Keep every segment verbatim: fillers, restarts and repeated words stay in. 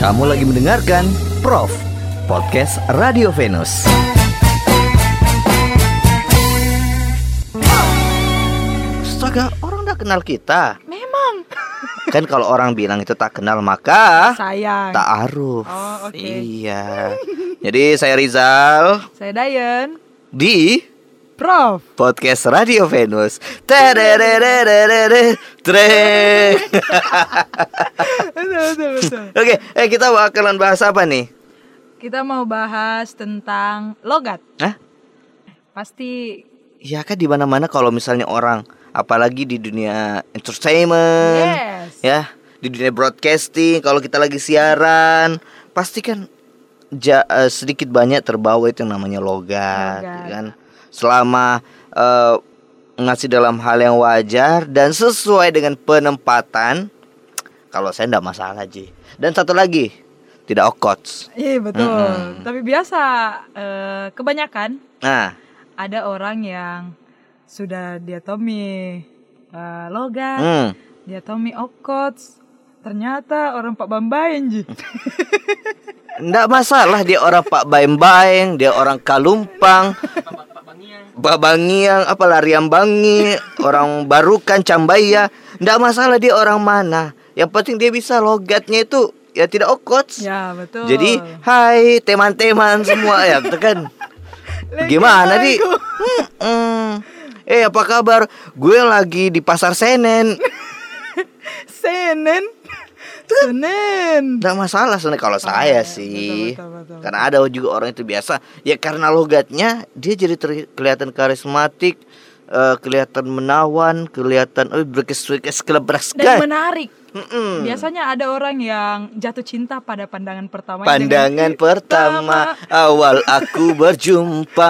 Kamu lagi mendengarkan Prof, Podcast Radio Venus. Astaga, orang udah kenal kita. Memang. Kan kalau orang bilang itu tak kenal maka Sayang. ta'aruf. Oh, oke. Iya. Jadi saya Rizal Saya Dayan. di Prof. Podcast Radio Venus. Terererererere, tre. Betul, betul, betul. Oke, eh kita bakalan bahas apa nih? Kita mau bahas tentang logat. Hah? Pasti. Ya kan di mana-mana kalau misalnya orang, apalagi di dunia entertainment, Yes. ya, di dunia broadcasting, kalau kita lagi siaran, pasti kan ja, uh, sedikit banyak terbawa itu yang namanya logat, Logat. kan? Selama uh, ngasih dalam hal yang wajar dan sesuai dengan penempatan, kalau saya enggak masalah, Ji. Dan satu lagi, tidak awkward. Iya betul. Mm-mm. Tapi biasa eh, kebanyakan Nah, ada orang yang sudah diatomi eh, logat, hmm. diatomi okot. Ternyata orang Pak Bambayan, Ji. Nggak masalah dia orang Pak Baeng-Baeng, dia orang Kalumpang, Babangiang, apa Lariam Bangi, orang Barukan, Cambaya. Nggak masalah dia orang mana. Yang penting dia bisa logatnya itu ya tidak awkward. Ya betul. Jadi hai teman-teman semua ya, betul kan? Gimana di? Hmm, eh apa kabar? Gue lagi di Pasar Senen. Senen. Senen. Nggak masalah sebenarnya kalau saya sih. betul, betul, betul. Karena ada juga orang itu biasa. Ya karena logatnya dia jadi ter- kelihatan karismatik, uh, kelihatan menawan, kelihatan oh berkes-berkes kelebras Dan menarik. Mm-mm. Biasanya ada orang yang jatuh cinta pada pandangan pertama. Pandangan pertama awal aku berjumpa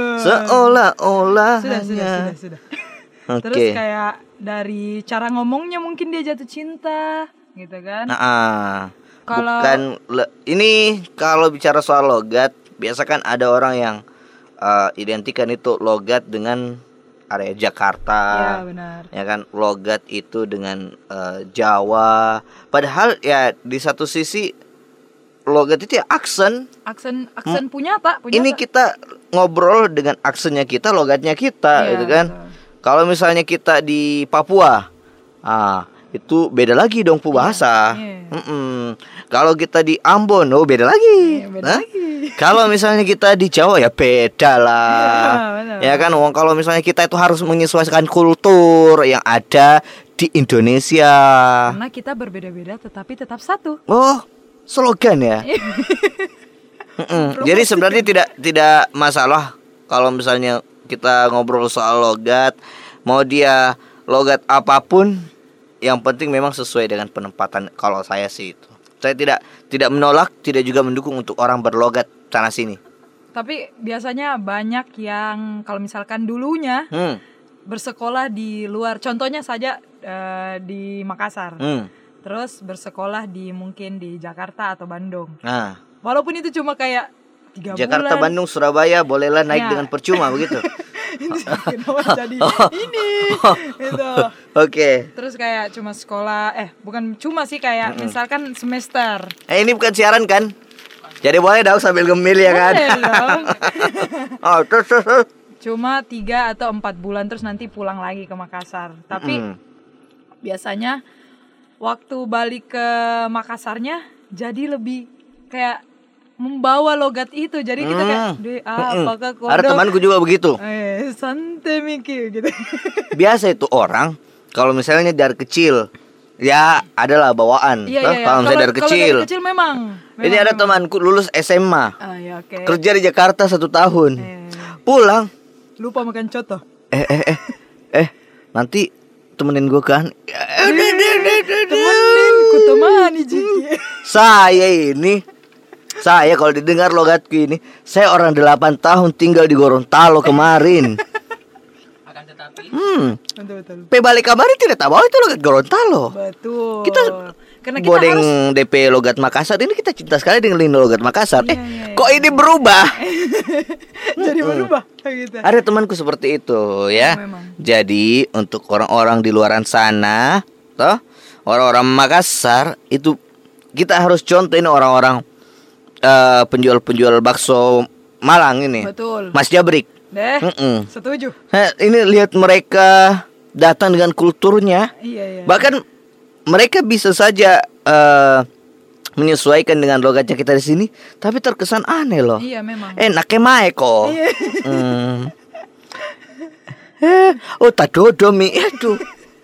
seolah-olah Sudah, sudah, hanya- sudah, sudah. Oke. Terus kayak dari cara ngomongnya mungkin dia jatuh cinta, gitu kan? Nah, ah. Kalau- bukan le- ini kalau bicara soal logat, biasa kan ada orang yang uh, identikan itu logat dengan area Jakarta. Ya benar. Ya kan, logat itu dengan uh, Jawa. Padahal ya di satu sisi logat itu ya aksen. Aksen aksen punya tak? Punya Ini tak? kita ngobrol dengan aksennya kita, logatnya kita, Iya, gitu kan. betul. Kalau misalnya kita di Papua, ah itu beda lagi dong pu bahasa. iya. Mm-mm. Kalau kita di Ambon, oh beda lagi. Iya, beda Hah? lagi. Kalau misalnya kita di Jawa ya beda lah. Iya, benar. Ya kan, wong kalau misalnya kita itu harus menyesuaikan kultur yang ada di Indonesia. Karena kita berbeda-beda tetapi tetap satu. Oh, slogan ya. Mm-mm. Jadi sebenarnya tidak tidak masalah kalau misalnya kita ngobrol soal logat, mau dia logat apapun, yang penting memang sesuai dengan penempatan. Kalau saya sih itu, saya tidak tidak menolak, tidak juga mendukung untuk orang berlogat sana sini. Tapi biasanya banyak yang kalau misalkan dulunya Hmm, bersekolah di luar, contohnya saja eh, di Makassar. hmm. Terus bersekolah di mungkin di Jakarta atau Bandung. Nah, Walaupun itu cuma kayak tiga Jakarta, bulan. Bandung, Surabaya bolehlah naik Ya. dengan percuma begitu. Kenapa jadi ini gitu. Oke. Terus kayak cuma sekolah, eh bukan cuma sih kayak misalkan semester. Eh ini bukan siaran kan? Jadi boleh dong sambil gemil ya kan? Boleh dong. Oh, terus, terus, terus. Cuma tiga atau empat bulan terus nanti pulang lagi ke Makassar. Tapi Mm-mm. biasanya waktu balik ke Makassarnya jadi lebih kayak membawa logat itu. Jadi kita kayak Hmm. "Deh, Mm-mm. apakah kodok?" Ada temanku juga begitu. Eh, santai Miki gitu. Biasa itu orang kalau misalnya dari kecil ya adalah bawaan. Iya, Toh, iya, iya. kalau misalnya dari kalau kecil. dari kecil memang. Ini memang, ada memang. temanku lulus S M A, Ah, ya, oke. kerja di Jakarta satu tahun, Eh, pulang. lupa makan coto. Eh eh eh eh nanti temenin gue kan? Temenin ku temani Jiki. Saya ini, saya kalau didengar logatku ini, saya orang delapan tahun tinggal di Gorontalo kemarin. Akan tetapi Hmm, Betul betul. P balik kemarin tidak tahu bahwa itu logat Gorontalo. Betul. Kita karena kita Bodeng harus D P logat Makassar ini kita cinta sekali dengan logat Makassar. Iya, eh, iya, iya. kok ini berubah? jadi berubah gitu. Ada temanku seperti itu ya. Memang. Jadi untuk orang-orang di luaran sana, toh orang-orang Makassar itu kita harus contohin orang-orang uh, penjual-penjual bakso Malang ini. Betul. Mas Jabrik. Deh. Mm-mm. Setuju. Nah, ini lihat mereka datang dengan kulturnya. Iya, iya. Bahkan mereka bisa saja uh, menyesuaikan dengan logatnya kita di sini, tapi terkesan aneh loh. Iya, memang. Enaknya mae kok. Iya. Hmm. Eh, oh tak dodo mi, aduh.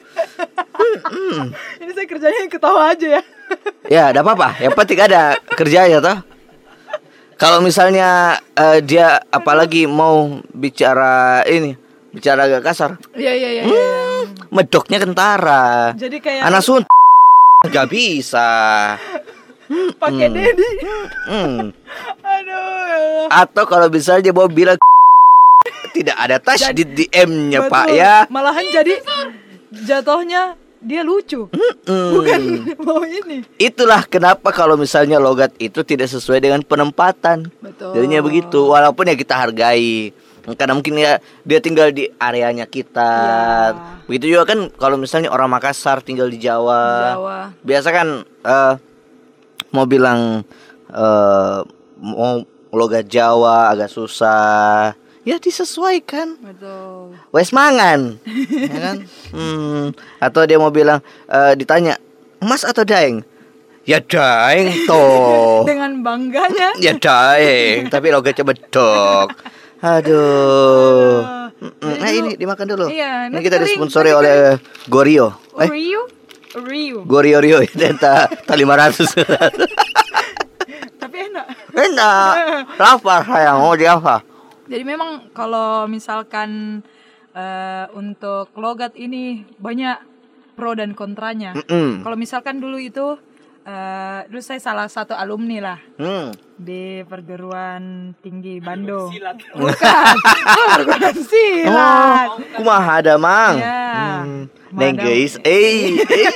Ini saya kerjanya ketawa aja ya. Ya, ada apa-apa. Yang penting ada kerjanya toh. Kalau misalnya uh, dia apalagi mau bicara ini, bicara agak kasar. Iya, iya, iya. Hmm, iya. medoknya kentara. Jadi kayak Anak sun nggak bisa. pakai Hmm. dedi. Hmm. Aduh. Atau kalau misalnya mau bilang tidak ada tasydid di M-nya Pak Betul. ya. Malahan jadi jatuhnya dia lucu. Hmm. Bukan mau ini. Itulah kenapa kalau misalnya logat itu tidak sesuai dengan penempatan. Betul. Jadinya begitu. Walaupun ya kita hargai. Karena mungkin ya dia tinggal di areanya kita. Ya. Begitu juga kan kalau misalnya orang Makassar tinggal di Jawa. Jawa. Biasa kan eh, mau bilang eh, mau logat Jawa agak susah. Ya disesuaikan. Betul. Wes mangan, ya kan? Hmm. Atau dia mau bilang, eh, ditanya, emas atau daeng? Ya daeng toh. Dengan bangganya. Ya daeng, tapi logatnya bedok. Aduh. Mm-mm. Nah ini dimakan dulu. Iya, Ini nanti kita kering, disponsori nanti oleh Gorio. Eh, Rio. Rio. Gorio Rio itu ta lima ratus. Tapi enak. Enak. Lapar sayang, mau di apa? Jadi memang kalau misalkan eh, untuk logat ini banyak pro dan kontranya. Mm-mm. Kalau misalkan dulu itu eh, dulu saya salah satu alumni lah Hmm. di perguruan tinggi Bandung. Silat. Bukan, perguruan silat. Oh, kumaha ada mang. Ya. Hmm. Kumaha Neng ada. guys, eh. eh.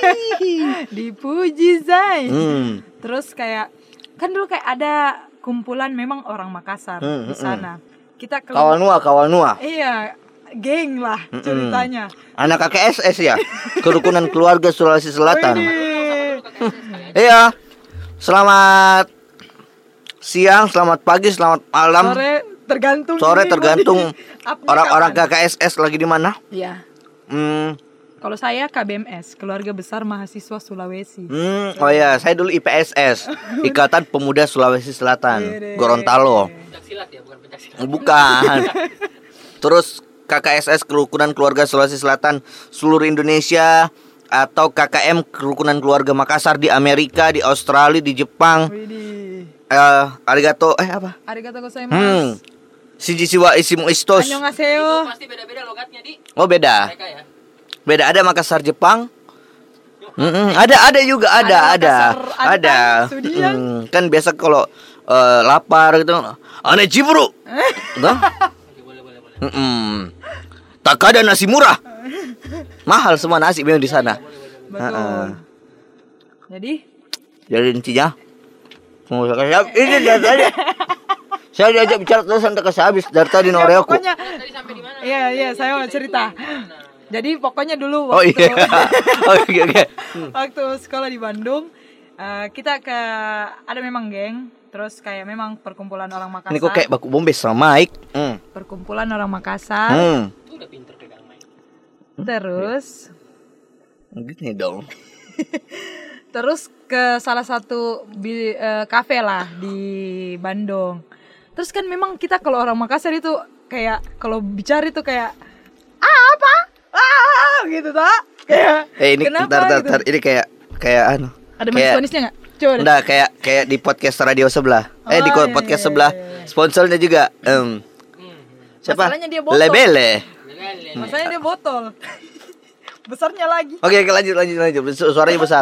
Dipuji Zai. Hmm. Terus kayak kan dulu kayak ada kumpulan memang orang Makassar Hmm, di hmm, sana. Kita ke Kawal Nua, Kawal Nua. Iya, geng lah Mm-mm. ceritanya. Anak K K S S ya, Kerukunan Keluarga Sulawesi Selatan. Widih. Iya. Selamat siang, selamat pagi, selamat malam. Sore tergantung. Sore ini tergantung upnya orang-orang K kapan. K S S lagi di mana. Iya. Hmm, Kalau saya K B M S, Keluarga Besar Mahasiswa Sulawesi. hmm, oh ya, saya dulu I P S S, Ikatan Pemuda Sulawesi Selatan, Widih. Gorontalo. Pencak silat ya, bukan pencak silat. Bukan. Terus K K S S Kerukunan Keluarga Sulawesi Selatan seluruh Indonesia, atau K K M Kerukunan Keluarga Makassar di Amerika, di Australia, di Jepang. Widih. Eh, arigato, eh apa? Arigatou gozaimasu. Hmm. Shinji siwa isimu istos. Itu Annyeonghaseyo. pasti beda-beda logatnya di Oh beda. mereka ya. Beda, ada Makassar Jepang. Mm-mm, ada ada juga ada Ada ada Makassar ada. Antang, Sudiang. Mm, kan biasa kalau eh, lapar gitu, ane ciburu. Tuh? Oke, boleh boleh boleh. Mm-mm. Tak ada nasi murah. Mahal semua nasi memang di sana. Betul. Heeh. Jadi Jadi intinya mau saya ini dari tadi. Saya diajak bicara terus sampai kasih habis dari tadi ya, noreoku. pokoknya Tadi sampai di mana? iya iya saya mau cerita. Jadi pokoknya dulu Oh waktu iya. Oke oke. waktu sekolah di Bandung eh, kita ke ada memang geng, terus kayak memang perkumpulan orang Makassar. Ini kok kayak baku bombe sama Mike. Hmm. Perkumpulan orang Makassar. Hmm. Itu udah pinter pegang mic. Terus Gini dong. terus ke salah satu bi- eh, kafe lah di Bandung. Terus kan memang kita kalau orang Makassar itu kayak kalau bicara itu kayak ah apa? Ah gitu tak? Kayak Eh ini kenapa bentar, bentar, gitu? bentar. Ini kayak kayak anu. Ada kayak, manis-manisnya enggak? Coba deh. Enggak, kayak kayak di podcast radio sebelah. eh di Oh, iya, podcast iya, sebelah. iya, iya. Sponsornya juga em siapa? Masalahnya dia botol. Lebele. Masalahnya dia botol. Besarnya lagi. Oke, oke lanjut lanjut lanjut. Su- Suaranya besar.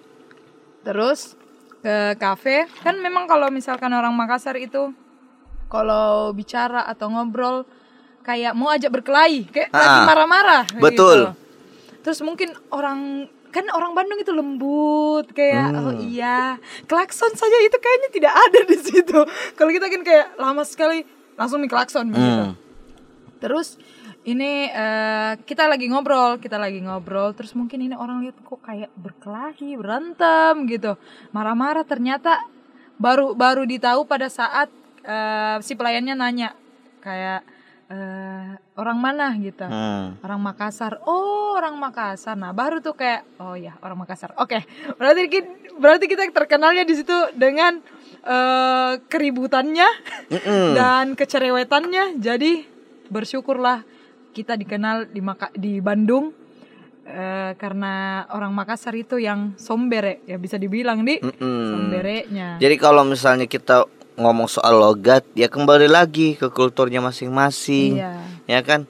Terus ke kafe, kan memang kalau misalkan orang Makassar itu kalau bicara atau ngobrol kayak mau ajak berkelahi, kayak Ha-ha. lagi marah-marah. Betul. Gitu. Terus mungkin orang kan orang Bandung itu lembut kayak Hmm. oh iya klakson saja itu kayaknya tidak ada di situ. Kalau kita kan kayak lama sekali langsung mi klakson gitu. Hmm. Terus ini uh, kita lagi ngobrol, kita lagi ngobrol, terus mungkin ini orang lihat kok kayak berkelahi, berantem gitu, marah-marah. Ternyata baru baru ditahu pada saat uh, si pelayannya nanya kayak uh, orang mana gitu, hmm. orang Makassar. Oh, orang Makassar. Nah baru tuh kayak oh ya orang Makassar. Oke, berarti berarti kita terkenalnya di situ dengan uh, keributannya dan kecerewetannya. Jadi bersyukurlah kita dikenal di Maka- di Bandung uh, karena orang Makassar itu yang sombere, ya bisa dibilang di somberenya. Jadi kalau misalnya kita ngomong soal logat, ya kembali lagi ke kulturnya masing-masing, iya. Ya kan,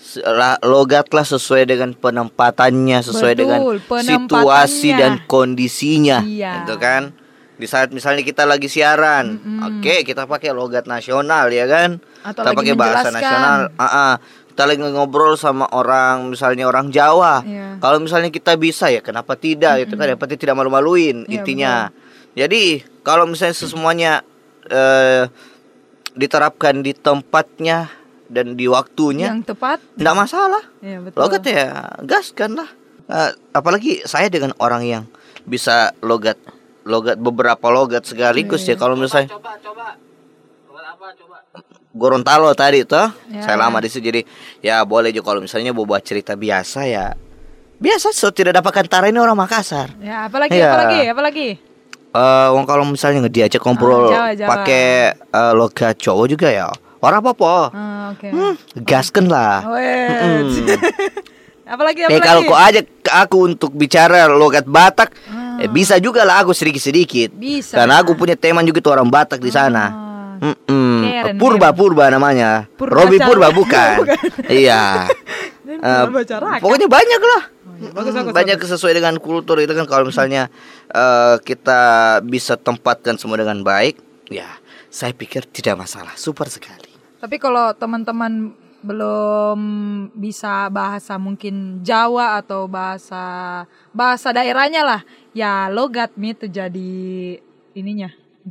logatlah sesuai dengan penempatannya, sesuai Betul, dengan situasi dan kondisinya, iya. Gitu kan. Di saat misalnya kita lagi siaran, mm-hmm. oke kita pakai logat nasional ya kan, atau kita pakai bahasa nasional. Uh-uh. Kita lagi ngobrol sama orang, misalnya orang Jawa. Yeah. Kalau misalnya kita bisa ya kenapa tidak? Mm-hmm. Itu kan dapat tidak malu-maluin yeah, intinya. Betul. Jadi kalau misalnya semuanya eh, diterapkan di tempatnya dan di waktunya yang tepat, tidak masalah. Yeah, betul. Logat ya gaskan lah. Uh, apalagi saya dengan orang yang bisa logat logat beberapa logat sekaligus yeah. Ya kalau misalnya. Coba coba. Logat apa coba? Gorontalo tadi tuh, ya. Saya lama di situ jadi ya boleh juga kalau misalnya buat cerita biasa ya biasa, so tidak dapat kantara ini orang Makassar. Ya apalagi ya. apalagi apalagi. Eh, uh, kalau misalnya diajak ngobrol oh, pakai uh, logat cowok juga ya, orang apa-apa. Oh, okay. hmm, gaskan lah. Hmm. apalagi apalagi. Eh kalau kau ajak aku untuk bicara logat Batak, hmm. eh, bisa juga lah aku sedikit-sedikit. Bisa. Karena aku punya teman juga tuh orang Batak di sana. Hmm. Keren, Purba keren. Purba namanya Purba Robi Purba bukan, bukan. Iya uh, pokoknya banyak lah. Oh, iya. bagus, bagus, banyak bagus. Sesuai dengan kultur itu kan. Kalau misalnya uh, kita bisa tempatkan semua dengan baik, ya saya pikir tidak masalah, super sekali. Tapi kalau teman-teman belum bisa bahasa mungkin Jawa atau bahasa bahasa daerahnya lah, ya logat mi itu jadi ininya,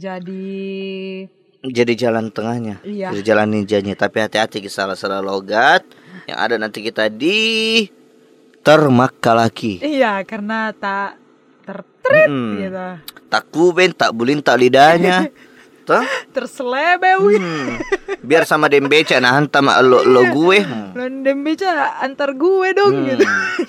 jadi jadi jalan tengahnya, iya. Jadi jalan ninjanya. Tapi hati-hati salah-salah logat yang ada nanti kita di termakalaki. Iya, karena tak tertret hmm. gitu. Tak kuben, tak bulin, tak lidahnya. Tuh? Terselebeu. Hmm. Biar sama dembeca nah hantam lo, lo gue. Hmm. Lo dembeca antar gue dong hmm. gitu.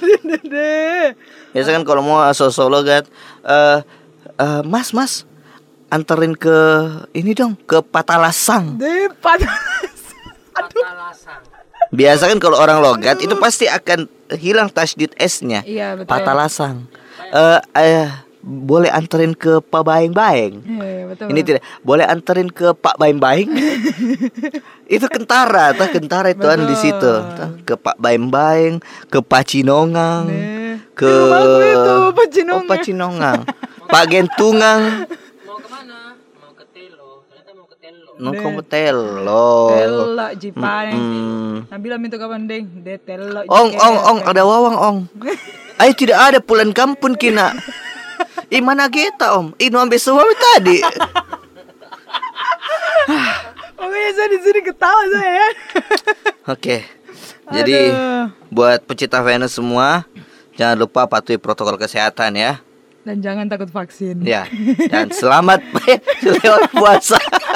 Biasa kan kalau mau sosok logat, uh, uh, mas mas. Anterin ke ini dong, ke Patalasang. Di Patalasang. Patalasang. Biasa kan kalau orang logat itu pasti akan hilang tasdid S-nya. Iya, betul. Patalasang. Eh, uh, uh, boleh anterin ke Pak Baeng-Baeng. Iya, betul. Ini tidak. Boleh anterin ke Pak Baeng-Baeng. Itu kentara, tuh kentara itu kan di situ. Ke Pak Baeng-Baeng, ke Pacinongang, nih. Ke itu Pacinongang. Oh, Pacinongang. Pak Gentungang. Nongkrong telo. Telo jipane. Nabila minta kapan deng? De telo. Ong ong ong ada wawang ong. Ay tidak ada pulang kampung kina. I mana kita om? Inu ambil suami tadi. Pokoknya saya di sini ketawa saya ya. Oke. Jadi Aduh. Buat pecinta Venus semua, jangan lupa patuhi protokol kesehatan ya. Dan jangan takut vaksin. Ya. Dan selamat lewat puasa.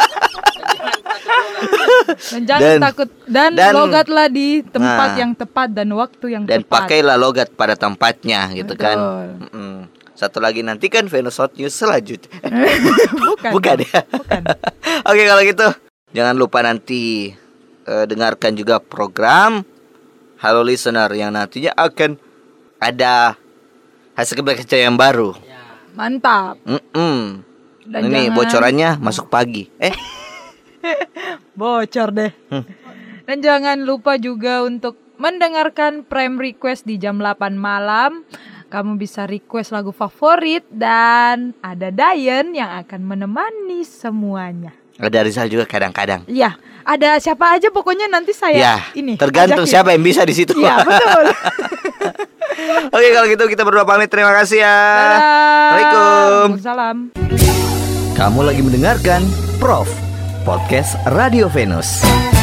Dan jangan dan, takut dan, dan logatlah di tempat nah, yang tepat dan waktu yang dan tepat. Dan pakailah logat pada tempatnya gitu. Betul. Kan. Mm-mm. Satu lagi nanti kan Venus Hot News selanjutnya. Bukan. Bukan ya. Bukan. Oke kalau gitu jangan lupa nanti uh, dengarkan juga program Halo Listener yang nantinya akan ada hasil kerja yang baru. Mantap. Mm-mm. Dan ini jangan... bocorannya masuk pagi. Eh. Bocor deh. Hmm. Dan jangan lupa juga untuk mendengarkan Prime Request di jam delapan malam. Kamu bisa request lagu favorit dan ada Dayan yang akan menemani semuanya. Ada Rizal juga kadang-kadang. Iya, ada siapa aja pokoknya nanti saya ya, ini. Tergantung ajakin. Siapa yang bisa di situ. Iya, betul. Oke, kalau gitu kita berdua pamit. Terima kasih ya. Dadah. Assalamualaikum. Salam. Kamu lagi mendengarkan Prof Podcast Radio Venus.